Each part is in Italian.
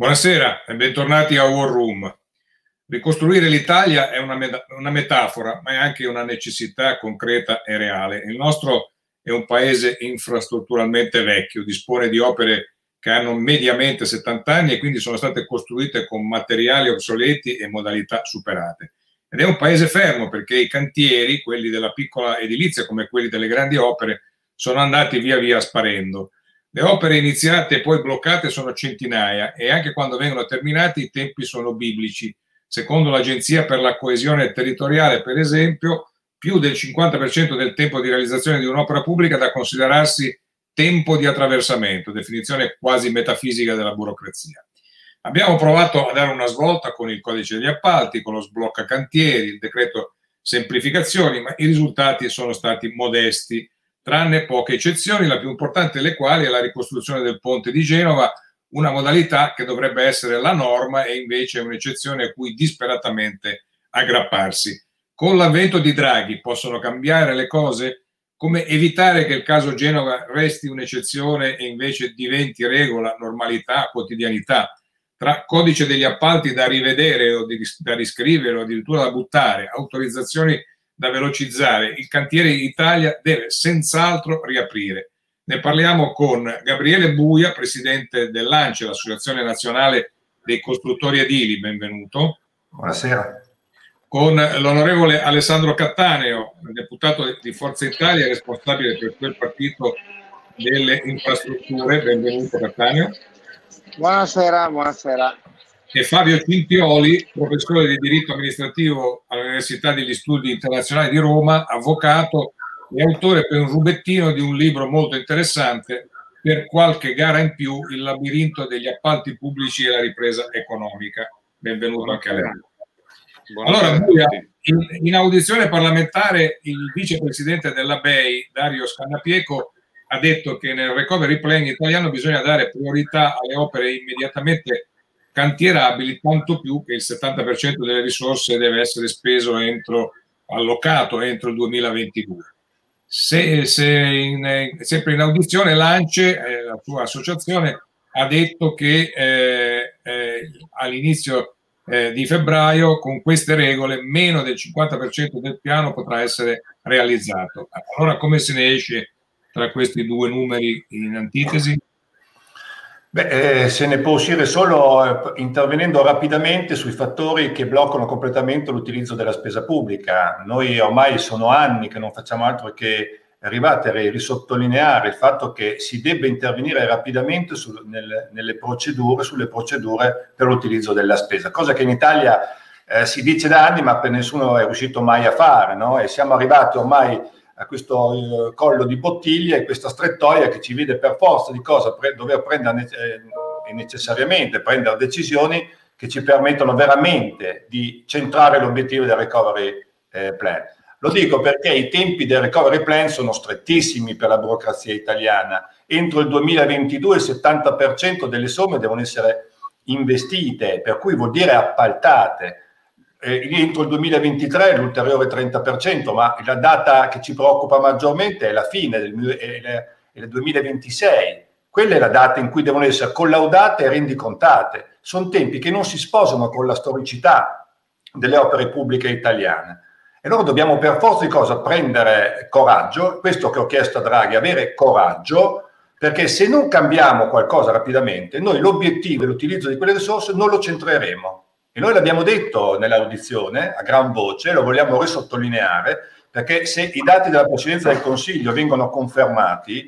Buonasera e bentornati a War Room. Ricostruire l'Italia è una metafora, ma è anche una necessità concreta e reale. Il nostro è un paese infrastrutturalmente vecchio, dispone di opere che hanno mediamente 70 anni e quindi sono state costruite con materiali obsoleti e modalità superate. Ed è un paese fermo perché i cantieri, quelli della piccola edilizia come quelli delle grandi opere, sono andati via via sparendo. Le opere iniziate e poi bloccate sono centinaia e anche quando vengono terminate i tempi sono biblici. Secondo l'Agenzia per la Coesione Territoriale, per esempio, più del 50% del tempo di realizzazione di un'opera pubblica è da considerarsi tempo di attraversamento, definizione quasi metafisica della burocrazia. Abbiamo provato a dare una svolta con il codice degli appalti, con lo sblocca cantieri, il decreto semplificazioni, ma i risultati sono stati modesti, tranne poche eccezioni, la più importante delle quali è la ricostruzione del ponte di Genova, una modalità che dovrebbe essere la norma e invece è un'eccezione a cui disperatamente aggrapparsi. Con l'avvento di Draghi possono cambiare le cose? Come evitare che il caso Genova resti un'eccezione e invece diventi regola, normalità, quotidianità? Tra codice degli appalti da rivedere o da riscrivere o addirittura da buttare, autorizzazioni da velocizzare, il cantiere Italia deve senz'altro riaprire. Ne parliamo con Gabriele Buia, presidente dell'ANCE, l'Associazione Nazionale dei Costruttori Edili, benvenuto. Buonasera. Con l'onorevole Alessandro Cattaneo, deputato di Forza Italia, responsabile per quel partito delle infrastrutture, benvenuto Cattaneo. Buonasera, buonasera. E Fabio Cintioli, professore di diritto amministrativo all'Università degli Studi Internazionali di Roma, avvocato e autore per un rubettino di un libro molto interessante, Per qualche gara in più, il labirinto degli appalti pubblici e la ripresa economica. Benvenuto anche a lei. Allora, Buia, in audizione parlamentare il vicepresidente della BEI, Dario Scannapieco, ha detto che nel recovery plan italiano bisogna dare priorità alle opere immediatamente cantierabili, tanto più che il 70% delle risorse deve essere speso allocato entro il 2022. Sempre in audizione l'ANCE, la sua associazione, ha detto che all'inizio di febbraio con queste regole meno del 50% del piano potrà essere realizzato. Allora come se ne esce tra questi due numeri in antitesi? Se ne può uscire solo intervenendo rapidamente sui fattori che bloccano completamente l'utilizzo della spesa pubblica. Noi ormai sono anni che non facciamo altro che risottolineare il fatto che si debba intervenire rapidamente sulle procedure per l'utilizzo della spesa, cosa che in Italia si dice da anni ma per nessuno è riuscito mai a fare, no? E siamo arrivati ormai a questo collo di bottiglia e questa strettoia che ci vede per forza di cosa dover prendere necessariamente prendere decisioni che ci permettono veramente di centrare l'obiettivo del recovery plan. Lo dico perché i tempi del recovery plan sono strettissimi per la burocrazia italiana. Entro il 2022 il 70% delle somme devono essere investite, per cui vuol dire appaltate. Entro il 2023 l'ulteriore 30%, ma la data che ci preoccupa maggiormente è la fine del 2026. Quella è la data in cui devono essere collaudate e rendicontate. Sono tempi che non si sposano con la storicità delle opere pubbliche italiane. E allora dobbiamo per forza di cosa prendere coraggio, questo che ho chiesto a Draghi, avere coraggio, perché se non cambiamo qualcosa rapidamente, noi l'obiettivo dell'utilizzo di quelle risorse non lo centreremo. E noi l'abbiamo detto nell'audizione a gran voce, lo vogliamo risottolineare, perché se i dati della Presidenza del Consiglio vengono confermati,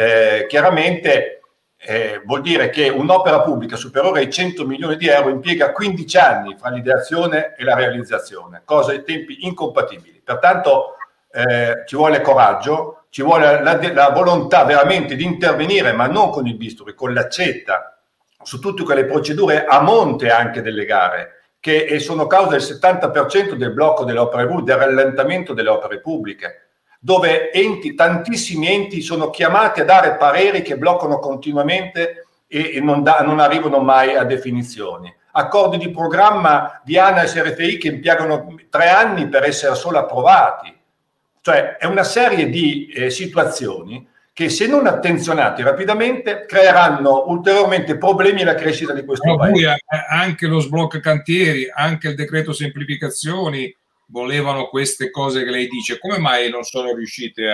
chiaramente vuol dire che un'opera pubblica superiore ai 100 milioni di euro impiega 15 anni fra l'ideazione e la realizzazione, cosa di tempi incompatibili. Pertanto ci vuole coraggio, ci vuole la volontà veramente di intervenire, ma non con il bisturi, con l'accetta, su tutte quelle procedure a monte anche delle gare, che sono causa del 70% del blocco delle opere pubbliche, del rallentamento delle opere pubbliche, dove tantissimi enti sono chiamati a dare pareri che bloccano continuamente e non arrivano mai a definizioni. Accordi di programma di ANAS e RFI che impiegano 3 anni per essere solo approvati. Cioè è una serie di situazioni che, se non attenzionati rapidamente, creeranno ulteriormente problemi alla crescita di questo paese. Anche lo sblocca cantieri, anche il decreto semplificazioni volevano queste cose che lei dice. Come mai non sono riuscite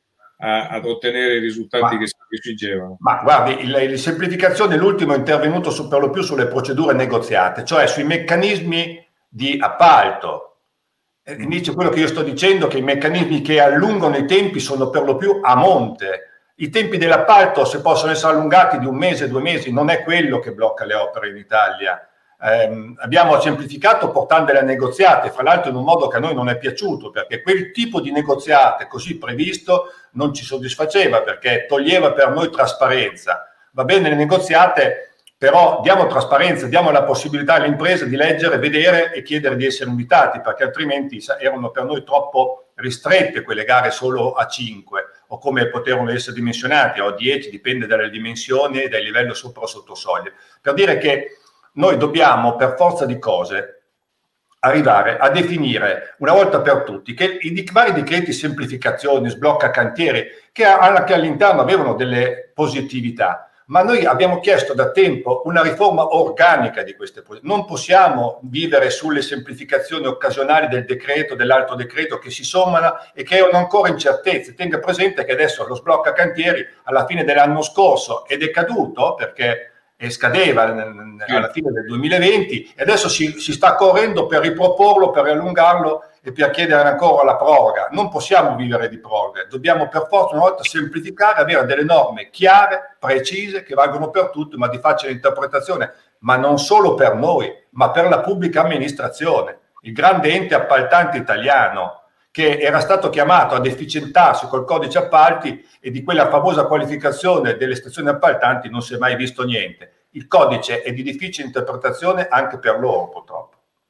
ad ottenere i risultati che si prefiggevano? Ma guardi, le semplificazioni, l'ultimo è intervenuto per lo più sulle procedure negoziate, cioè sui meccanismi di appalto. Dice quello che io sto dicendo, che i meccanismi che allungano i tempi sono per lo più a monte. I tempi dell'appalto, se possono essere allungati di 1 mese, 2 mesi, non è quello che blocca le opere in Italia. Abbiamo semplificato portandole a negoziate, fra l'altro in un modo che a noi non è piaciuto, perché quel tipo di negoziate così previsto non ci soddisfaceva, perché toglieva per noi trasparenza. Va bene le negoziate, però diamo trasparenza, diamo la possibilità alle imprese di leggere, vedere e chiedere di essere invitati, perché altrimenti erano per noi troppo ristrette quelle gare solo a 5, o come potevano essere dimensionate, o a 10, dipende dalle dimensioni e dal livello sopra o sotto soglia. Per dire che noi dobbiamo, per forza di cose, arrivare a definire una volta per tutti che i vari decreti semplificazioni, sblocca cantieri, che anche all'interno avevano delle positività, ma noi abbiamo chiesto da tempo una riforma organica di queste posizioni. Non possiamo vivere sulle semplificazioni occasionali del decreto, dell'altro decreto, che si sommano e creano ancora incertezze. Tenga presente che adesso lo sblocca cantieri alla fine dell'anno scorso è decaduto, perché scadeva alla fine del 2020, e adesso si sta correndo per riproporlo, per allungarlo e per chiedere ancora la proroga. Non possiamo vivere di proroghe, dobbiamo per forza una volta semplificare, avere delle norme chiare, precise, che valgono per tutti, ma di facile interpretazione, ma non solo per noi, ma per la pubblica amministrazione, il grande ente appaltante italiano, che era stato chiamato ad efficientarsi col codice appalti, e di quella famosa qualificazione delle stazioni appaltanti non si è mai visto niente. Il codice è di difficile interpretazione anche per loro, purtroppo.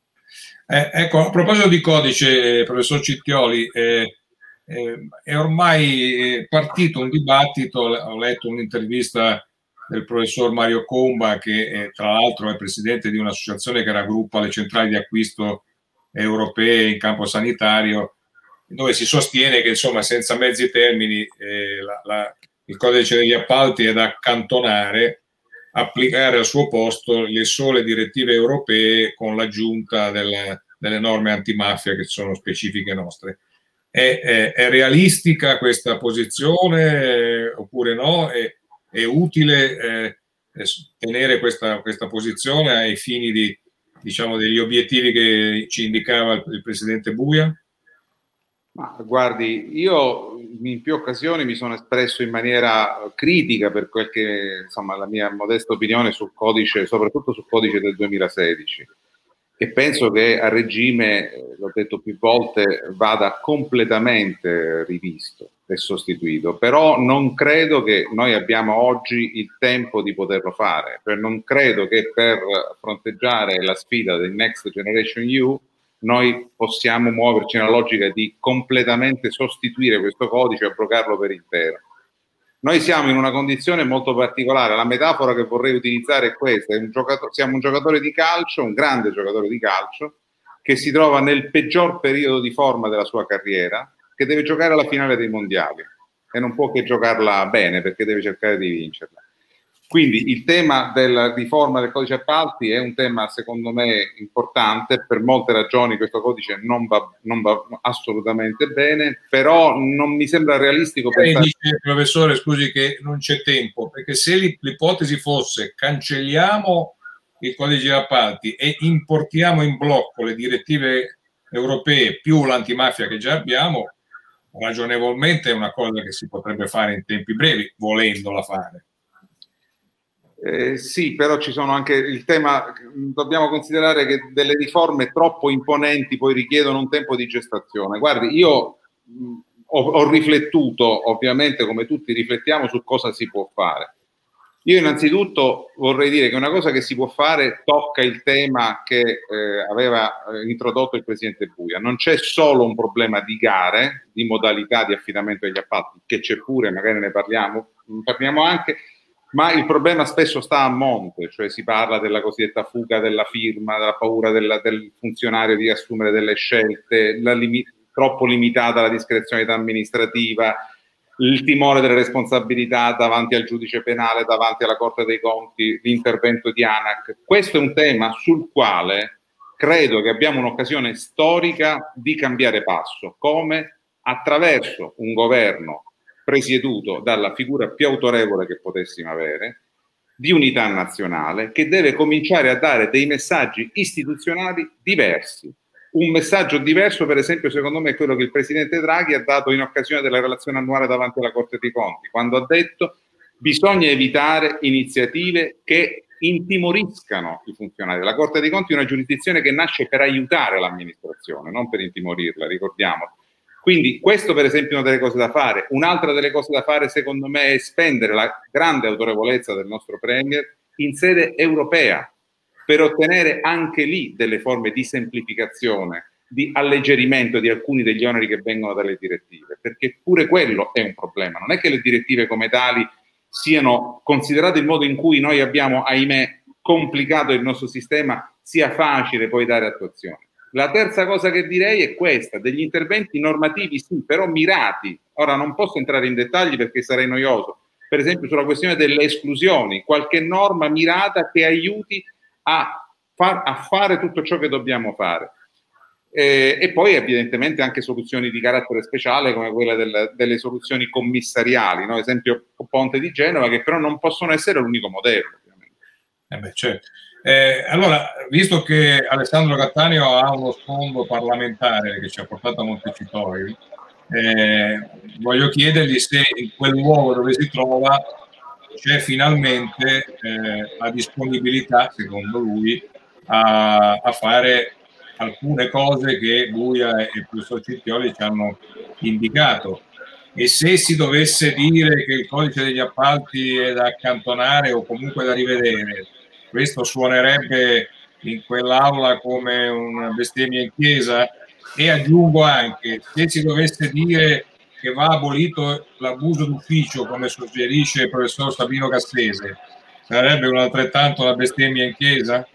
Ecco, a proposito di codice, professor Cittioli, è ormai partito un dibattito. Ho letto un'intervista del professor Mario Comba, che tra l'altro è presidente di un'associazione che raggruppa le centrali di acquisto europee in campo sanitario, dove si sostiene che, insomma, senza mezzi termini, il codice degli appalti è da accantonare, applicare al suo posto le sole direttive europee con l'aggiunta delle norme antimafia che sono specifiche nostre. È realistica questa posizione oppure no? È utile tenere questa posizione ai fini degli obiettivi che ci indicava il presidente Buia? Ma guardi, io in più occasioni mi sono espresso in maniera critica per quel che, insomma, la mia modesta opinione sul codice, soprattutto sul codice del 2016, e penso che a regime, l'ho detto più volte, vada completamente rivisto e sostituito. Però non credo che noi abbiamo oggi il tempo di poterlo fare, cioè non credo che per fronteggiare la sfida del Next Generation EU noi possiamo muoverci nella logica di completamente sostituire questo codice e abrogarlo per intero. Noi siamo in una condizione molto particolare. La metafora che vorrei utilizzare è questa: siamo un giocatore di calcio, un grande giocatore di calcio, che si trova nel peggior periodo di forma della sua carriera, che deve giocare la finale dei mondiali e non può che giocarla bene, perché deve cercare di vincerla. Quindi il tema della riforma del codice appalti è un tema, secondo me, importante. Per molte ragioni questo codice non va assolutamente bene, però non mi sembra realistico pensare... Dice, professore, scusi che non c'è tempo, perché se l'ipotesi fosse cancelliamo il codice di appalti e importiamo in blocco le direttive europee più l'antimafia che già abbiamo, ragionevolmente è una cosa che si potrebbe fare in tempi brevi, volendola fare. Sì, però ci sono anche il tema, dobbiamo considerare che delle riforme troppo imponenti poi richiedono un tempo di gestazione. Guardi, io ho riflettuto, ovviamente come tutti riflettiamo, su cosa si può fare. Io innanzitutto vorrei dire che una cosa che si può fare tocca il tema che aveva introdotto il presidente Buia. Non c'è solo un problema di gare, di modalità di affidamento degli appalti, che c'è pure, magari ne parliamo anche, ma il problema spesso sta a monte, cioè si parla della cosiddetta fuga della firma, della paura del funzionario di assumere delle scelte, troppo limitata la discrezionalità amministrativa. il timore delle responsabilità davanti al giudice penale, davanti alla Corte dei Conti, l'intervento di ANAC. Questo è un tema sul quale credo che abbiamo un'occasione storica di cambiare passo, come attraverso un governo presieduto dalla figura più autorevole che potessimo avere, di unità nazionale, che deve cominciare a dare dei messaggi istituzionali diversi. Un messaggio diverso, per esempio, secondo me, è quello che il presidente Draghi ha dato in occasione della relazione annuale davanti alla Corte dei Conti, quando ha detto bisogna evitare iniziative che intimoriscano i funzionari. La Corte dei Conti è una giurisdizione che nasce per aiutare l'amministrazione, non per intimorirla, ricordiamolo. Quindi questo per esempio è una delle cose da fare. Un'altra delle cose da fare secondo me è spendere la grande autorevolezza del nostro Premier in sede europea per ottenere anche lì delle forme di semplificazione, di alleggerimento di alcuni degli oneri che vengono dalle direttive, perché pure quello è un problema. Non è che le direttive come tali siano considerate il modo in cui noi abbiamo, ahimè, complicato il nostro sistema, sia facile poi dare attuazione. La terza cosa che direi è questa: degli interventi normativi sì, però mirati. Ora non posso entrare in dettagli perché sarei noioso. Per esempio sulla questione delle esclusioni, qualche norma mirata che aiuti a fare tutto ciò che dobbiamo fare. E poi evidentemente anche soluzioni di carattere speciale come quella delle soluzioni commissariali, no? Esempio Ponte di Genova, che però non possono essere l'unico modello. Certo. Allora, visto che Alessandro Cattaneo ha uno sfondo parlamentare che ci ha portato a Montecitorio, voglio chiedergli se in quel luogo dove si trova c'è finalmente la disponibilità, secondo lui, a fare alcune cose che Buia e il professor Cittioli ci hanno indicato. E se si dovesse dire che il codice degli appalti è da accantonare o comunque da rivedere, questo suonerebbe in quell'aula come una bestemmia in chiesa. E aggiungo anche, se si dovesse dire che va abolito l'abuso d'ufficio, come suggerisce il professor Sabino Cassese, sarebbe un altrettanto la bestemmia in chiesa?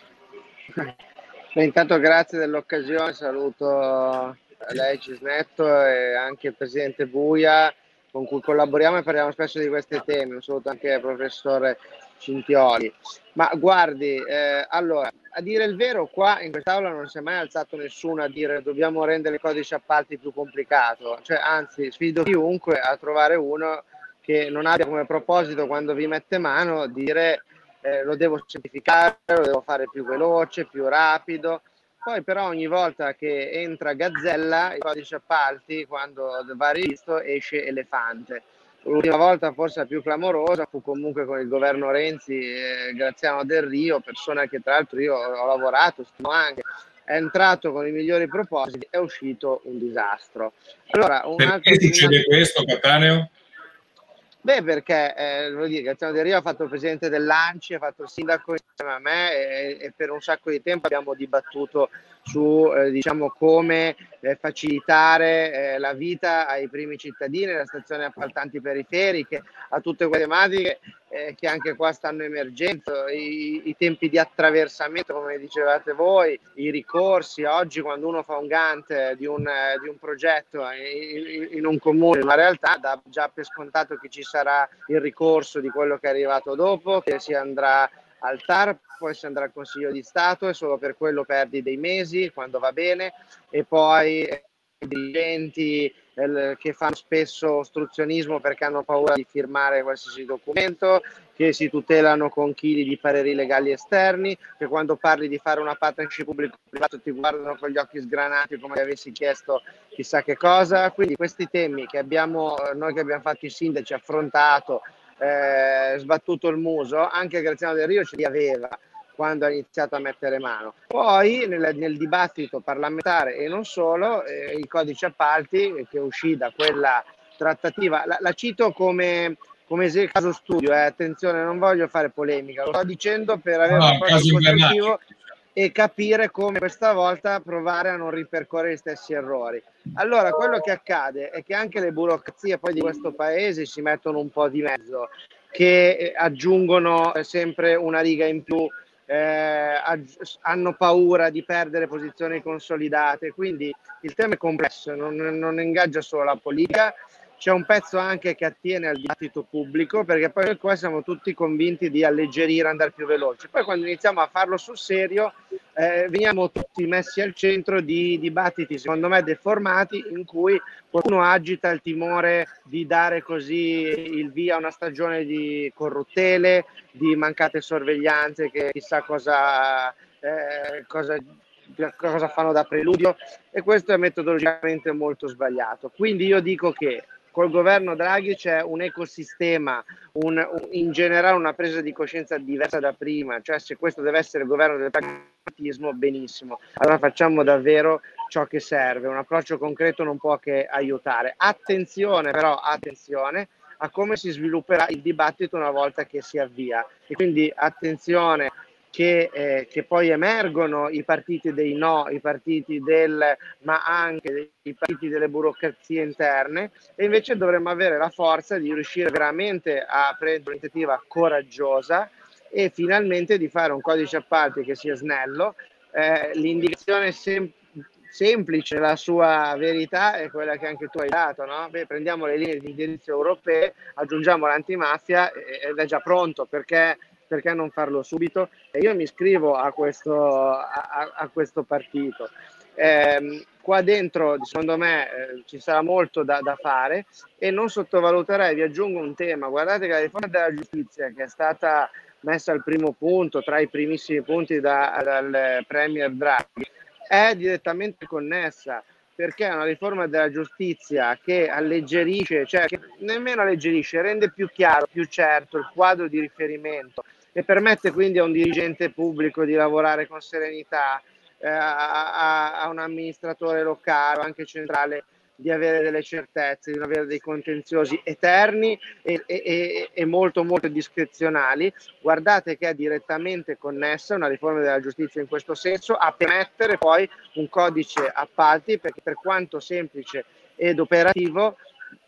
Beh, intanto grazie dell'occasione, saluto lei Cisnetto e anche il presidente Buia, con cui collaboriamo e parliamo spesso di questi temi. Un saluto anche al professore Cintioli. Ma guardi, allora, a dire il vero, qua in quest'aula non si è mai alzato nessuno a dire dobbiamo rendere il codice appalti più complicato, cioè anzi sfido chiunque a trovare uno che non abbia come proposito, quando vi mette mano, dire lo devo semplificare, lo devo fare più veloce, più rapido. Poi però ogni volta che entra Gazzella, il codice appalti, quando va rivisto, esce elefante. L'ultima volta forse la più clamorosa fu comunque con il governo Renzi e Graziano Del Rio, persona che tra l'altro io ho lavorato, stimo anche, è entrato con i migliori propositi, è uscito un disastro. Allora, perché succede questo, Cattaneo? Beh, perché voglio dire, Graziano Del Rio ha fatto il presidente dell'ANCI, ha fatto il sindaco insieme a me e per un sacco di tempo abbiamo dibattuto su diciamo come facilitare la vita ai primi cittadini, alle stazioni appaltanti periferiche, a tutte quelle tematiche che anche qua stanno emergendo, i tempi di attraversamento, come dicevate voi, i ricorsi. Oggi quando uno fa un Gantt di un progetto in un comune, in una realtà, dà già per scontato che ci sarà il ricorso di quello che è arrivato dopo, che si andrà al TAR, poi si andrà al Consiglio di Stato e solo per quello perdi dei mesi quando va bene, e poi i dirigenti che fanno spesso ostruzionismo perché hanno paura di firmare qualsiasi documento, che si tutelano con chili di pareri legali esterni, che quando parli di fare una partnership pubblico-privato ti guardano con gli occhi sgranati come se avessi chiesto chissà che cosa. Quindi questi temi che abbiamo, noi che abbiamo fatto i sindaci, affrontato, sbattuto il muso, anche Graziano Del Rio ce li aveva quando ha iniziato a mettere mano. Poi nel dibattito parlamentare e non solo, il codice appalti che uscì da quella trattativa, la cito come caso studio, attenzione, non voglio fare polemica, lo sto dicendo per avere un approccio costruttivo e capire come questa volta provare a non ripercorrere gli stessi errori. Allora, quello che accade è che anche le burocrazie poi di questo paese si mettono un po' di mezzo, che aggiungono sempre una riga in più, hanno paura di perdere posizioni consolidate, quindi il tema è complesso, non ingaggia solo la politica, c'è un pezzo anche che attiene al dibattito pubblico, perché poi noi qua siamo tutti convinti di alleggerire, andare più veloci. Poi quando iniziamo a farlo sul serio, veniamo tutti messi al centro di dibattiti, secondo me, deformati, in cui qualcuno agita il timore di dare così il via a una stagione di corruttele, di mancate sorveglianze, che chissà cosa fanno da preludio, e questo è metodologicamente molto sbagliato. Quindi io dico che col governo Draghi c'è un ecosistema, in generale una presa di coscienza diversa da prima, cioè se questo deve essere il governo del pragmatismo, benissimo, allora facciamo davvero ciò che serve, un approccio concreto non può che aiutare. Attenzione però, attenzione a come si svilupperà il dibattito una volta che si avvia, e quindi attenzione che poi emergono i partiti dei no, i partiti del ma anche i partiti delle burocrazie interne, e invece dovremmo avere la forza di riuscire veramente a prendere un'iniziativa coraggiosa e finalmente di fare un codice appalti che sia snello. L'indicazione semplice, la sua verità è quella che anche tu hai dato, no? Prendiamo le linee di indirizzo europee, aggiungiamo l'antimafia ed è già pronto, perché non farlo subito? E io mi iscrivo a questo partito. Qua dentro, secondo me, ci sarà molto da fare, e non sottovaluterei, vi aggiungo un tema: guardate che la riforma della giustizia, che è stata messa al primo punto, tra i primissimi punti dal Premier Draghi, è direttamente connessa, perché è una riforma della giustizia che alleggerisce, cioè che nemmeno alleggerisce, rende più chiaro, più certo il quadro di riferimento, e permette quindi a un dirigente pubblico di lavorare con serenità, a un amministratore locale o anche centrale di avere delle certezze, di non avere dei contenziosi eterni e molto molto discrezionali. Guardate che è direttamente connessa una riforma della giustizia in questo senso a permettere poi un codice appalti, perché per quanto semplice ed operativo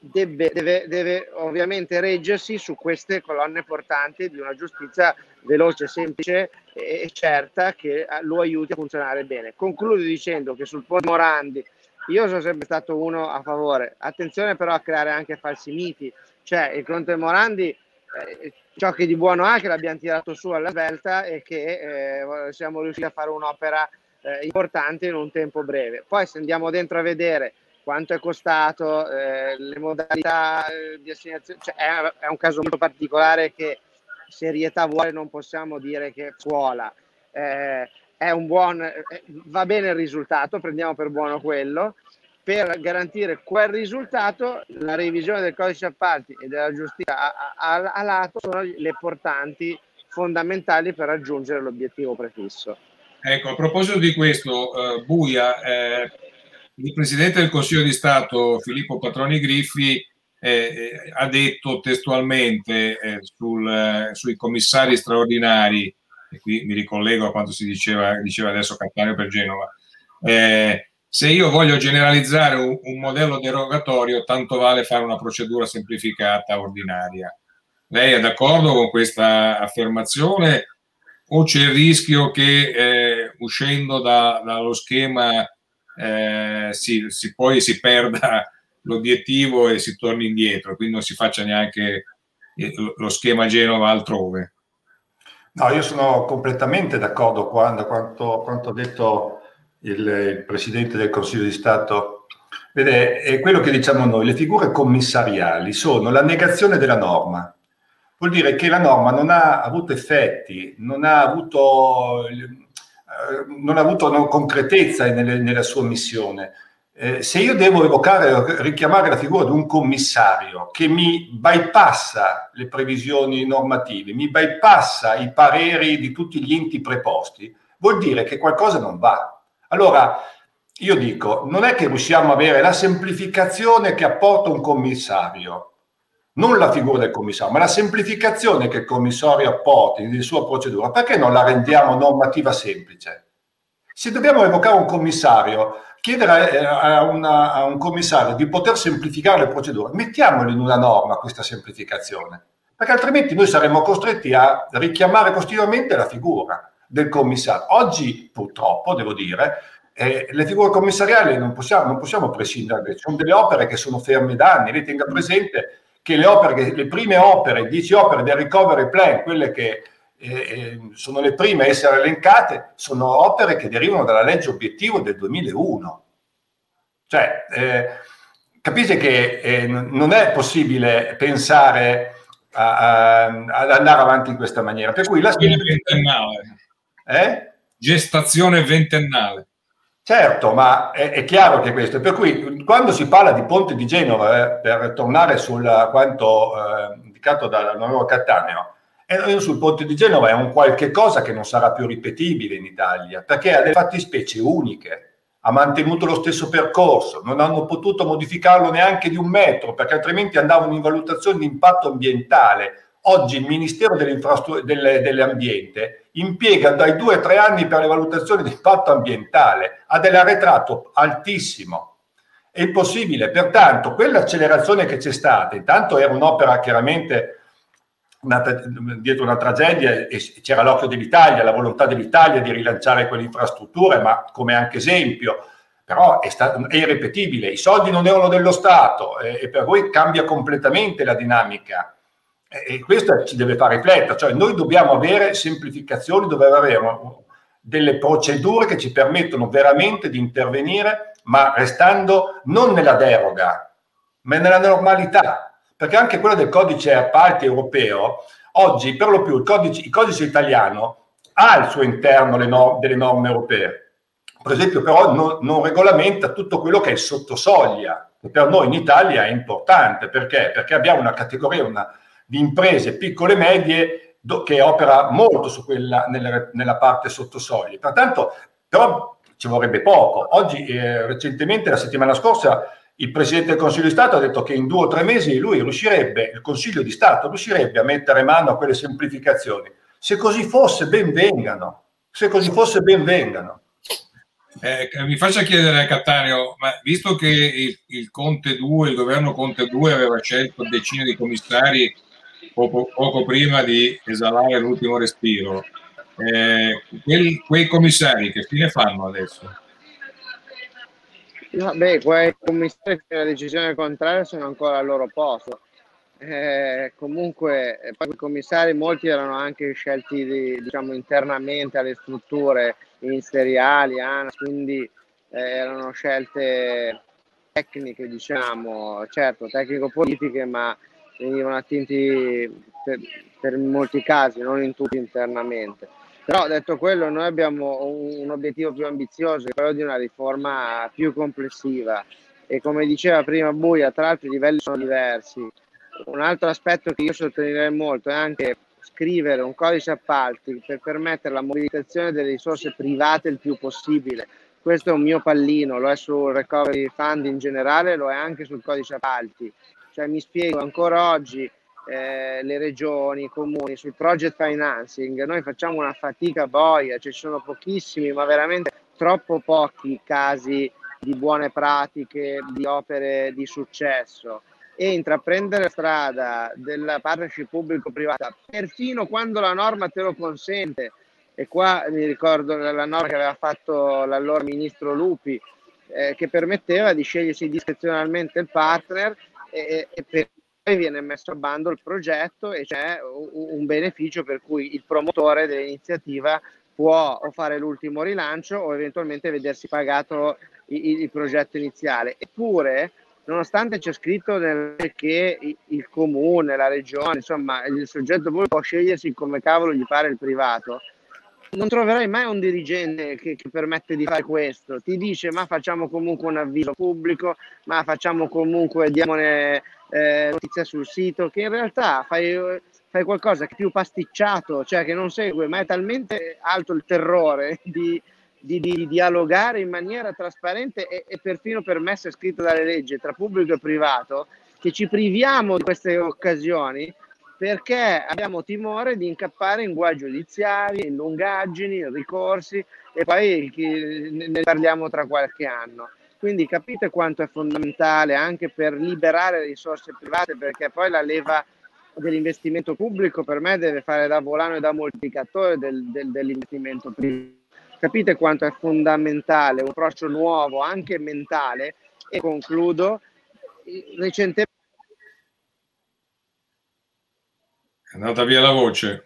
deve ovviamente reggersi su queste colonne portanti di una giustizia veloce, semplice e certa, che lo aiuti a funzionare bene. Concludo dicendo che sul ponte Morandi io sono sempre stato uno a favore. Attenzione però a creare anche falsi miti, cioè il ponte Morandi, ciò che di buono ha che l'abbiamo tirato su alla svelta e che siamo riusciti a fare un'opera importante in un tempo breve. Poi se andiamo dentro a vedere quanto è costato, le modalità di assegnazione, cioè è un caso molto particolare che serietà vuole, non possiamo dire che scuola. È un va bene il risultato, prendiamo per buono quello. Per garantire quel risultato, la revisione del codice appalti e della giustizia a lato sono le portanti fondamentali per raggiungere l'obiettivo prefisso. Ecco, a proposito di questo, Buia, il Presidente del Consiglio di Stato Filippo Patroni Griffi ha detto testualmente sui commissari straordinari, e qui mi ricollego a quanto diceva adesso Cattaneo per Genova, se io voglio generalizzare un modello derogatorio, tanto vale fare una procedura semplificata ordinaria. Lei è d'accordo con questa affermazione o c'è il rischio che uscendo dallo schema poi si perda l'obiettivo e si torni indietro, quindi non si faccia neanche lo schema Genova altrove? No, io sono completamente d'accordo quanto ha detto il Presidente del Consiglio di Stato. Vede, è quello che diciamo noi: le figure commissariali sono la negazione della norma. Vuol dire che la norma non ha avuto effetti, non ha avuto concretezza nella sua missione. Se io devo richiamare la figura di un commissario che mi bypassa le previsioni normative, mi bypassa i pareri di tutti gli enti preposti, vuol dire che qualcosa non va. Allora, io dico, non è che riusciamo a avere la semplificazione che apporta un commissario, non la figura del commissario, ma la semplificazione che il commissario apporta nella sua procedura. Perché non la rendiamo normativa semplice? Se dobbiamo evocare un commissario, chiedere a un commissario di poter semplificare le procedure, mettiamolo in una norma questa semplificazione, perché altrimenti noi saremmo costretti a richiamare continuamente la figura del commissario. Oggi, purtroppo, devo dire, le figure commissariali non possiamo prescindere, ci sono delle opere che sono ferme da anni. Lei tenga presente che le prime opere, 10 opere del recovery plan, quelle che sono le prime a essere elencate, sono opere che derivano dalla legge obiettivo del 2001. Cioè, capite che non è possibile pensare ad andare avanti in questa maniera. Per cui la gestazione ventennale. Certo, ma è chiaro che questo. Per cui quando si parla di Ponte di Genova, per tornare su quanto indicato dall'onorevole Cattaneo, sul Ponte di Genova è un qualche cosa che non sarà più ripetibile in Italia, perché ha delle fattispecie uniche. Ha mantenuto lo stesso percorso, non hanno potuto modificarlo neanche di un metro, perché altrimenti andavano in valutazione di impatto ambientale. Oggi il Ministero dell'Ambiente impiega dai 2 ai 3 anni per le valutazioni di impatto ambientale, ha dell'arretrato altissimo. È impossibile, pertanto quell'accelerazione che c'è stata, intanto era un'opera chiaramente dietro una tragedia, e c'era l'occhio dell'Italia, la volontà dell'Italia di rilanciare quelle infrastrutture, ma come anche esempio, però è irripetibile, i soldi non erano dello Stato e per cui cambia completamente la dinamica, e questo ci deve fare riflettere. Cioè noi dobbiamo avere semplificazioni, dobbiamo avere delle procedure che ci permettono veramente di intervenire, ma restando non nella deroga, ma nella normalità. Perché anche quello del codice appalti europeo, oggi per lo più il codice italiano ha al suo interno delle norme europee. Per esempio però non regolamenta tutto quello che è sotto soglia, che per noi in Italia è importante. Perché? Perché abbiamo una categoria di imprese piccole e medie che opera molto su nella parte sotto soglia. Pertanto però ci vorrebbe poco. Oggi, recentemente, la settimana scorsa, il Presidente del Consiglio di Stato ha detto che in 2 o 3 mesi il Consiglio di Stato riuscirebbe a mettere mano a quelle semplificazioni. Se così fosse, ben vengano. Mi faccia chiedere a Cattaneo, ma visto che il governo Conte 2 aveva scelto decine di commissari poco prima di esalare l'ultimo respiro, quei commissari che fine fanno adesso? Vabbè, quei commissari che la decisione contraria sono ancora al loro posto. Comunque, poi i commissari molti erano anche scelti internamente alle strutture ministeriali, ANAS, quindi erano scelte tecniche, certo, tecnico-politiche, ma venivano attinti per molti casi, non in tutti internamente. Però detto quello, noi abbiamo un obiettivo più ambizioso, quello di una riforma più complessiva, e come diceva prima Buia, tra l'altro i livelli sono diversi. Un altro aspetto che io sottolineerei molto è anche scrivere un codice appalti per permettere la mobilitazione delle risorse private il più possibile. Questo è un mio pallino, lo è sul recovery fund in generale, lo è anche sul codice appalti. Cioè, mi spiego, ancora oggi le regioni, i comuni, sul project financing noi facciamo una fatica boia, ci sono pochissimi, ma veramente troppo pochi casi di buone pratiche, di opere di successo, e intraprendere la strada della partnership pubblico-privata, perfino quando la norma te lo consente. E qua mi ricordo la norma che aveva fatto l'allora ministro Lupi, che permetteva di scegliersi discrezionalmente il partner, e poi viene messo a bando il progetto e c'è un beneficio per cui il promotore dell'iniziativa può o fare l'ultimo rilancio o eventualmente vedersi pagato il progetto iniziale. Eppure, nonostante c'è scritto che il comune, la regione, insomma il soggetto pubblico può scegliersi come cavolo gli pare il privato, non troverai mai un dirigente che permette di fare questo. Ti dice: ma facciamo comunque un avviso pubblico, ma facciamo comunque, diamone notizia sul sito, che in realtà fai qualcosa che è più pasticciato, cioè che non segue, ma è talmente alto il terrore di dialogare in maniera trasparente e perfino permesso e scritto dalle leggi tra pubblico e privato, che ci priviamo di queste occasioni perché abbiamo timore di incappare in guai giudiziari, in lungaggini, in ricorsi, e poi ne parliamo tra qualche anno. Quindi capite quanto è fondamentale anche per liberare risorse private, perché poi la leva dell'investimento pubblico per me deve fare da volano e da moltiplicatore dell'investimento privato. Capite quanto è fondamentale un approccio nuovo, anche mentale. E concludo, recentemente è andata via la voce,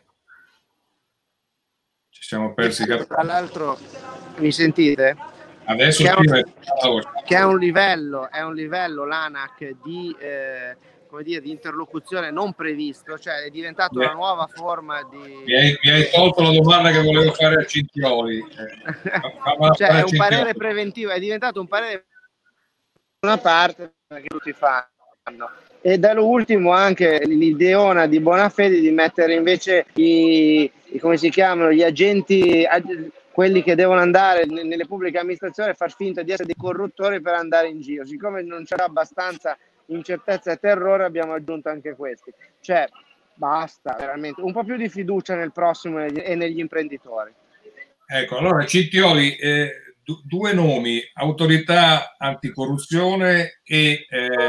ci siamo persi. Tra l'altro, mi sentite? Adesso Che è un livello l'ANAC di, come dire, di interlocuzione non previsto, cioè è diventata una nuova forma di... Mi hai tolto la domanda che volevo fare a Cintioli. Cioè è un parere preventivo, è diventato un parere una parte che tutti fanno. E dall'ultimo anche l'ideona di Bonafede di mettere invece come si chiamano, gli agenti, quelli che devono andare nelle pubbliche amministrazioni e far finta di essere dei corruttori per andare in giro. Siccome non c'era abbastanza incertezza e terrore, abbiamo aggiunto anche questi. Cioè, basta, veramente. Un po' più di fiducia nel prossimo e negli imprenditori. Ecco, allora Cintioli, due nomi, autorità anticorruzione e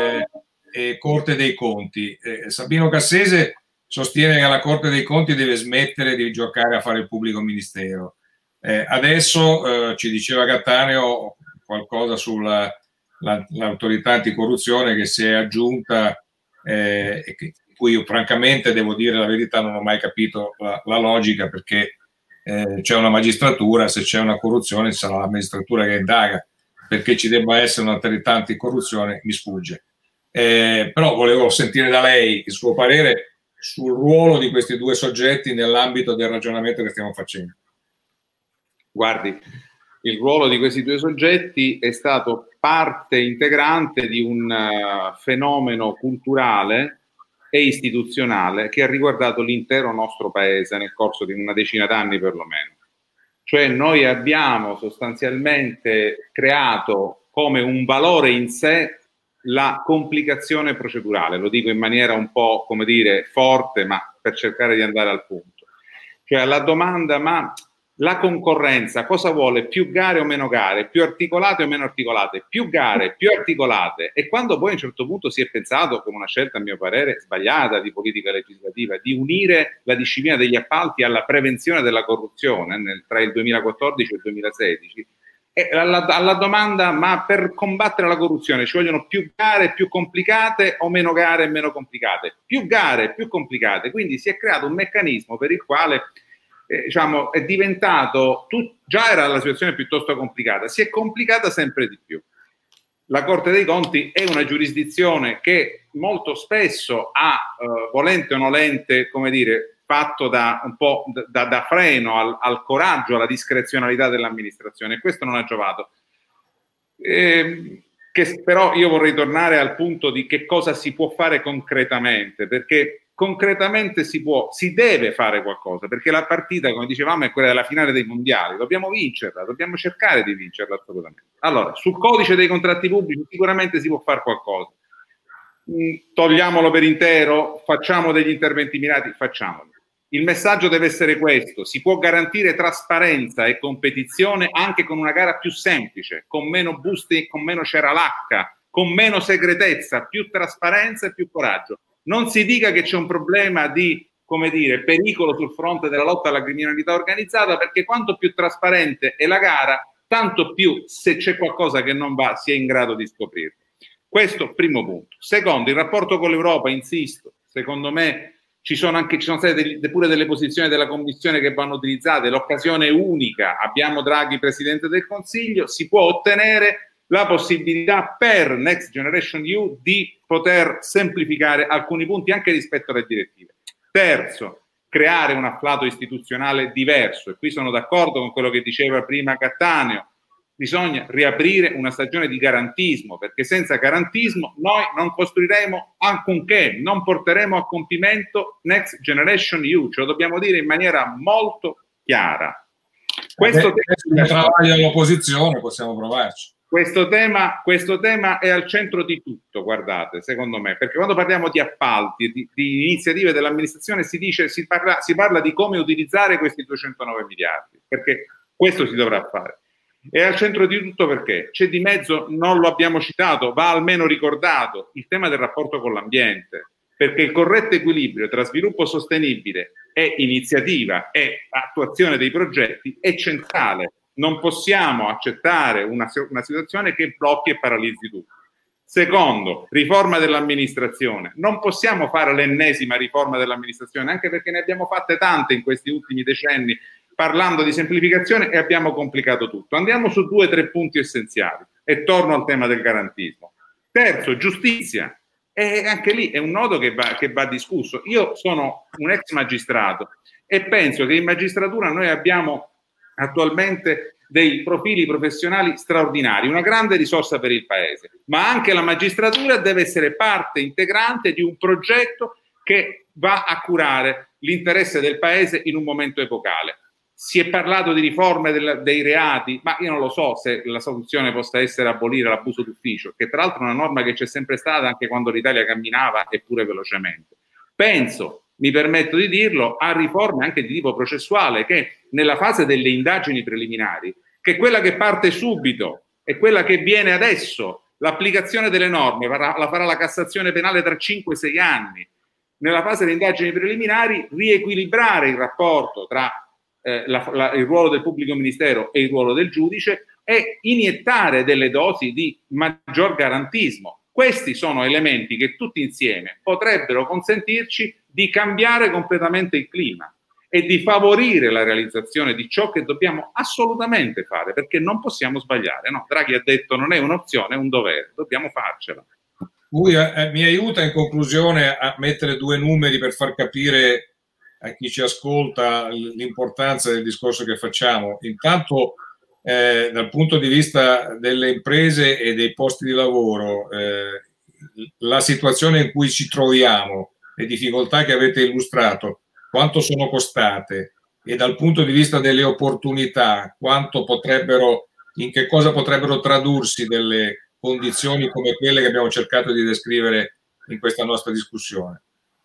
Corte dei Conti. Sabino Cassese sostiene che la Corte dei Conti deve smettere di giocare a fare il pubblico ministero. Adesso ci diceva Cattaneo qualcosa sull'autorità anticorruzione che si è aggiunta e di cui io francamente devo dire la verità, non ho mai capito la logica, perché c'è una magistratura, se c'è una corruzione sarà la magistratura che indaga, perché ci debba essere un'autorità anticorruzione mi sfugge. Però volevo sentire da lei il suo parere sul ruolo di questi due soggetti nell'ambito del ragionamento che stiamo facendo. Guardi, il ruolo di questi due soggetti è stato parte integrante di un fenomeno culturale e istituzionale che ha riguardato l'intero nostro paese nel corso di una decina d'anni perlomeno. Cioè noi abbiamo sostanzialmente creato come un valore in sé la complicazione procedurale, lo dico in maniera un po', come dire, forte, ma per cercare di andare al punto. Cioè alla domanda, ma la concorrenza cosa vuole? Più gare o meno gare? Più articolate o meno articolate? Più gare, più articolate. E quando poi a un certo punto si è pensato, con una scelta a mio parere sbagliata di politica legislativa, di unire la disciplina degli appalti alla prevenzione della corruzione tra il 2014 e il 2016, e alla domanda, ma per combattere la corruzione ci vogliono più gare più complicate o meno gare meno complicate? Più gare più complicate. Quindi si è creato un meccanismo per il quale diciamo è diventato, già era la situazione piuttosto complicata, si è complicata sempre di più. La Corte dei Conti è una giurisdizione che molto spesso ha, volente o nolente, come dire, fatto da un po' da freno al coraggio, alla discrezionalità dell'amministrazione, e questo non ha giovato. Però io vorrei tornare al punto di che cosa si può fare concretamente, perché concretamente si deve fare qualcosa, perché la partita, come dicevamo, è quella della finale dei mondiali, dobbiamo vincerla, dobbiamo cercare di vincerla assolutamente. Allora, sul codice dei contratti pubblici sicuramente si può fare qualcosa. Togliamolo per intero, facciamo degli interventi mirati, facciamoli. Il messaggio deve essere questo: si può garantire trasparenza e competizione anche con una gara più semplice, con meno buste, con meno ceralacca, con meno segretezza, più trasparenza e più coraggio. Non si dica che c'è un problema di, come dire, pericolo sul fronte della lotta alla criminalità organizzata, perché quanto più trasparente è la gara, tanto più, se c'è qualcosa che non va, si è in grado di scoprirlo. Questo primo punto. Secondo, il rapporto con l'Europa, insisto, secondo me ci sono state pure delle posizioni della Commissione che vanno utilizzate, l'occasione è unica, abbiamo Draghi Presidente del Consiglio, si può ottenere la possibilità per Next Generation EU di poter semplificare alcuni punti anche rispetto alle direttive. Terzo, creare un afflato istituzionale diverso, e qui sono d'accordo con quello che diceva prima Cattaneo, bisogna riaprire una stagione di garantismo, perché senza garantismo noi non costruiremo alcunché, non porteremo a compimento Next Generation EU, ce lo dobbiamo dire in maniera molto chiara. Questo travaglio all'opposizione, possiamo provarci. Questo tema è al centro di tutto, guardate, secondo me, perché quando parliamo di appalti, di iniziative dell'amministrazione, si parla di come utilizzare questi 209 miliardi, perché questo si dovrà fare. È al centro di tutto perché c'è di mezzo, non lo abbiamo citato, va almeno ricordato, il tema del rapporto con l'ambiente, perché il corretto equilibrio tra sviluppo sostenibile e iniziativa e attuazione dei progetti è centrale. Non possiamo accettare una situazione che blocchi e paralizzi tutto. Secondo, riforma dell'amministrazione. Non possiamo fare l'ennesima riforma dell'amministrazione, anche perché ne abbiamo fatte tante in questi ultimi decenni, parlando di semplificazione, e abbiamo complicato tutto. Andiamo su 2 o 3 punti essenziali e torno al tema del garantismo. Terzo, giustizia. E anche lì è un nodo che va discusso. Io sono un ex magistrato e penso che in magistratura noi abbiamo attualmente dei profili professionali straordinari, una grande risorsa per il Paese, ma anche la magistratura deve essere parte integrante di un progetto che va a curare l'interesse del Paese in un momento epocale. Si è parlato di riforme dei reati, ma io non lo so se la soluzione possa essere abolire l'abuso d'ufficio, che tra l'altro è una norma che c'è sempre stata anche quando l'Italia camminava, eppure velocemente. Penso, mi permetto di dirlo, a riforme anche di tipo processuale che nella fase delle indagini preliminari, che è quella che parte subito, è quella che viene adesso, l'applicazione delle norme la farà la Cassazione penale tra 5 e 6 anni. Nella fase delle indagini preliminari riequilibrare il rapporto tra il ruolo del pubblico ministero e il ruolo del giudice e iniettare delle dosi di maggior garantismo. Questi sono elementi che tutti insieme potrebbero consentirci di cambiare completamente il clima e di favorire la realizzazione di ciò che dobbiamo assolutamente fare, perché non possiamo sbagliare. No? Draghi ha detto non è un'opzione, è un dovere, dobbiamo farcela. Mi aiuta in conclusione a mettere 2 numeri per far capire a chi ci ascolta l'importanza del discorso che facciamo. Intanto dal punto di vista delle imprese e dei posti di lavoro, la situazione in cui ci troviamo, le difficoltà che avete illustrato, quanto sono costate, e dal punto di vista delle opportunità, in che cosa potrebbero tradursi delle condizioni come quelle che abbiamo cercato di descrivere in questa nostra discussione.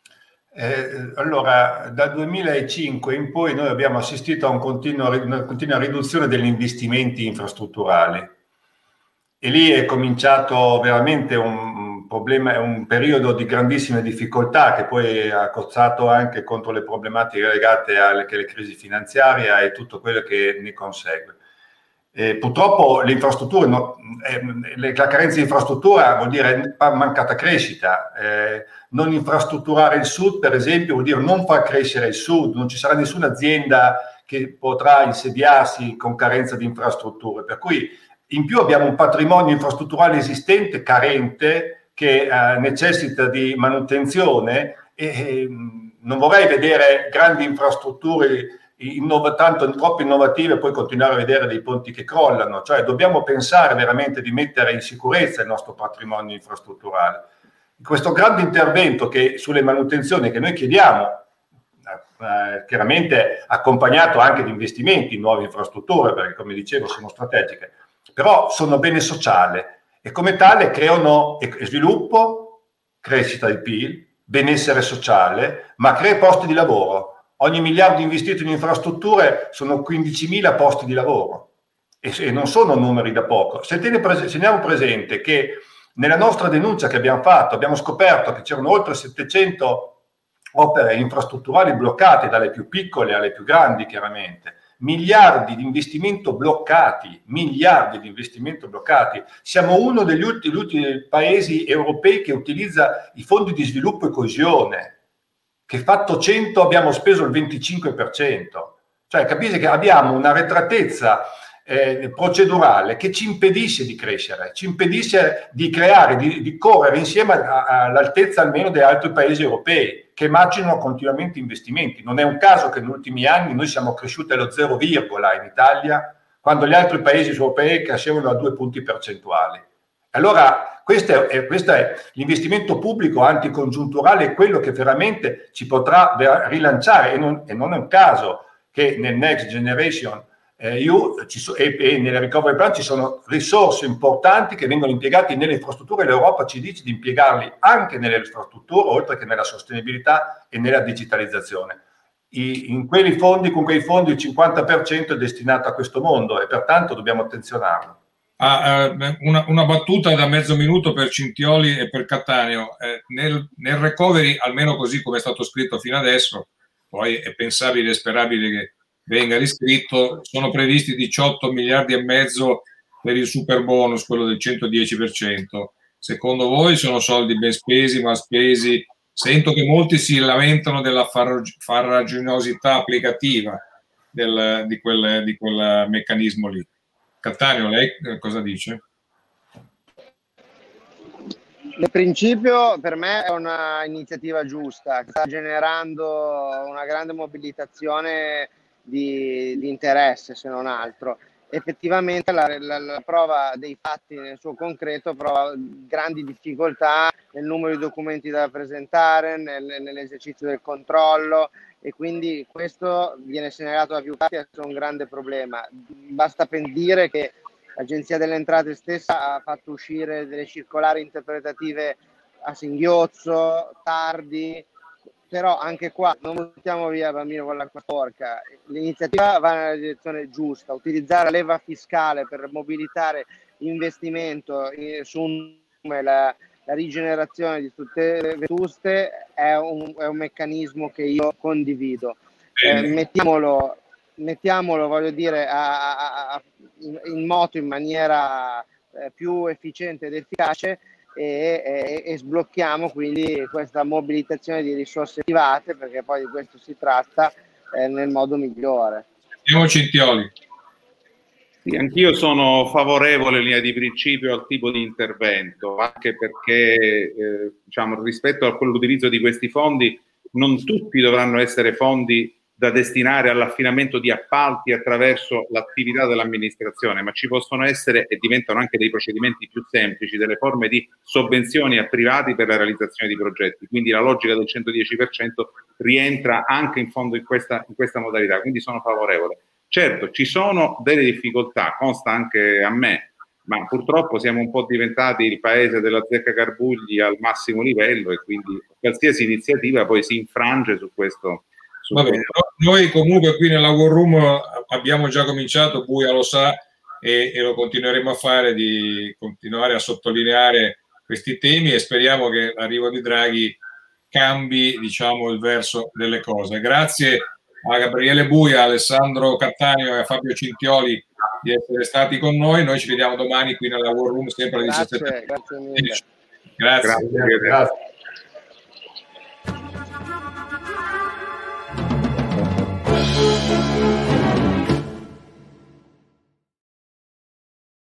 Allora, dal 2005 in poi noi abbiamo assistito a una continua riduzione degli investimenti infrastrutturali e lì è cominciato veramente un problema, un periodo di grandissime difficoltà che poi ha cozzato anche contro le problematiche legate alle crisi finanziarie e tutto quello che ne consegue. Purtroppo le infrastrutture, la carenza di infrastruttura vuol dire mancata crescita. Non infrastrutturare il sud, per esempio, vuol dire non far crescere il sud. Non ci sarà nessuna azienda che potrà insediarsi con carenza di infrastrutture. Per cui in più abbiamo un patrimonio infrastrutturale esistente, carente, che necessita di manutenzione e non vorrei vedere grandi infrastrutture troppo innovative e poi continuare a vedere dei ponti che crollano. Cioè dobbiamo pensare veramente di mettere in sicurezza il nostro patrimonio infrastrutturale. Questo grande intervento sulle manutenzioni che noi chiediamo, chiaramente accompagnato anche di investimenti in nuove infrastrutture, perché come dicevo sono strategiche, però sono bene sociale e come tale creano sviluppo, crescita del PIL, benessere sociale, ma crea posti di lavoro. Ogni miliardo investito in infrastrutture sono 15.000 posti di lavoro e non sono numeri da poco. Se teniamo presente che nella nostra denuncia che abbiamo fatto abbiamo scoperto che c'erano oltre 700 opere infrastrutturali bloccate, dalle più piccole alle più grandi chiaramente, miliardi di investimento bloccati, siamo uno degli ultimi paesi europei che utilizza i fondi di sviluppo e coesione, che fatto 100 abbiamo speso il 25%, cioè capite che abbiamo una arretratezza procedurale che ci impedisce di crescere, ci impedisce di creare, di correre insieme all'altezza almeno degli altri paesi europei che immaginano continuamente investimenti. Non è un caso che negli ultimi anni noi siamo cresciuti allo 0, in Italia, quando gli altri paesi europei crescevano a 2 punti percentuali. Allora questo è l'investimento pubblico anticongiunturale, è quello che veramente ci potrà rilanciare e non è un caso che nel Next Generation EU e nel Recovery Plan ci sono risorse importanti che vengono impiegate nelle infrastrutture e l'Europa ci dice di impiegarli anche nelle infrastrutture oltre che nella sostenibilità e nella digitalizzazione. Con quei fondi il 50% è destinato a questo mondo e pertanto dobbiamo attenzionarlo. Una battuta da mezzo minuto per Cintioli e per Cattaneo. Nel recovery, almeno così come è stato scritto fino adesso, poi è pensabile e sperabile che venga riscritto. Sono previsti 18 miliardi e mezzo per il super bonus, quello del 110%. Secondo voi sono soldi ben spesi, mal spesi? Sento che molti si lamentano della farraginosità applicativa di quel meccanismo lì. Cattaneo, lei cosa dice? Nel principio per me è una iniziativa giusta, che sta generando una grande mobilitazione di interesse, se non altro. Effettivamente la prova dei fatti nel suo concreto prova grandi difficoltà nel numero di documenti da presentare, nell'esercizio del controllo, e quindi questo viene segnalato da più parti essere un grande problema. Basta dire che l'Agenzia delle Entrate stessa ha fatto uscire delle circolari interpretative a singhiozzo, tardi, però anche qua non buttiamo via il bambino con l'acqua sporca. L'iniziativa va nella direzione giusta. Utilizzare la leva fiscale per mobilitare investimento la rigenerazione di strutture vetuste è un meccanismo che io condivido. Mettiamolo, voglio dire, in moto in maniera più efficiente ed efficace, e sblocchiamo quindi questa mobilitazione di risorse private, perché poi di questo si tratta, nel modo migliore. Andiamo Cintioli. Sì, anch'io sono favorevole in linea di principio al tipo di intervento, anche perché diciamo, rispetto a quell'utilizzo di questi fondi, non tutti dovranno essere fondi da destinare all'affinamento di appalti attraverso l'attività dell'amministrazione, ma ci possono essere, e diventano anche dei procedimenti più semplici, delle forme di sovvenzioni a privati per la realizzazione di progetti. Quindi la logica del 110% rientra anche in fondo in questa modalità, quindi sono favorevole. Certo, ci sono delle difficoltà, consta anche a me, ma purtroppo siamo un po' diventati il paese della zecca carbugli al massimo livello, e quindi qualsiasi iniziativa poi si infrange su questo. Va bene. Noi comunque qui nella War Room abbiamo già cominciato, Buia lo sa, e lo continueremo a fare, di continuare a sottolineare questi temi, e speriamo che l'arrivo di Draghi cambi, diciamo, il verso delle cose. Grazie a Gabriele Buia, a Alessandro Cattaneo e a Fabio Cintioli di essere stati con noi. Noi ci vediamo domani qui nella War Room, sempre alle 17. Grazie mille. Grazie. Grazie.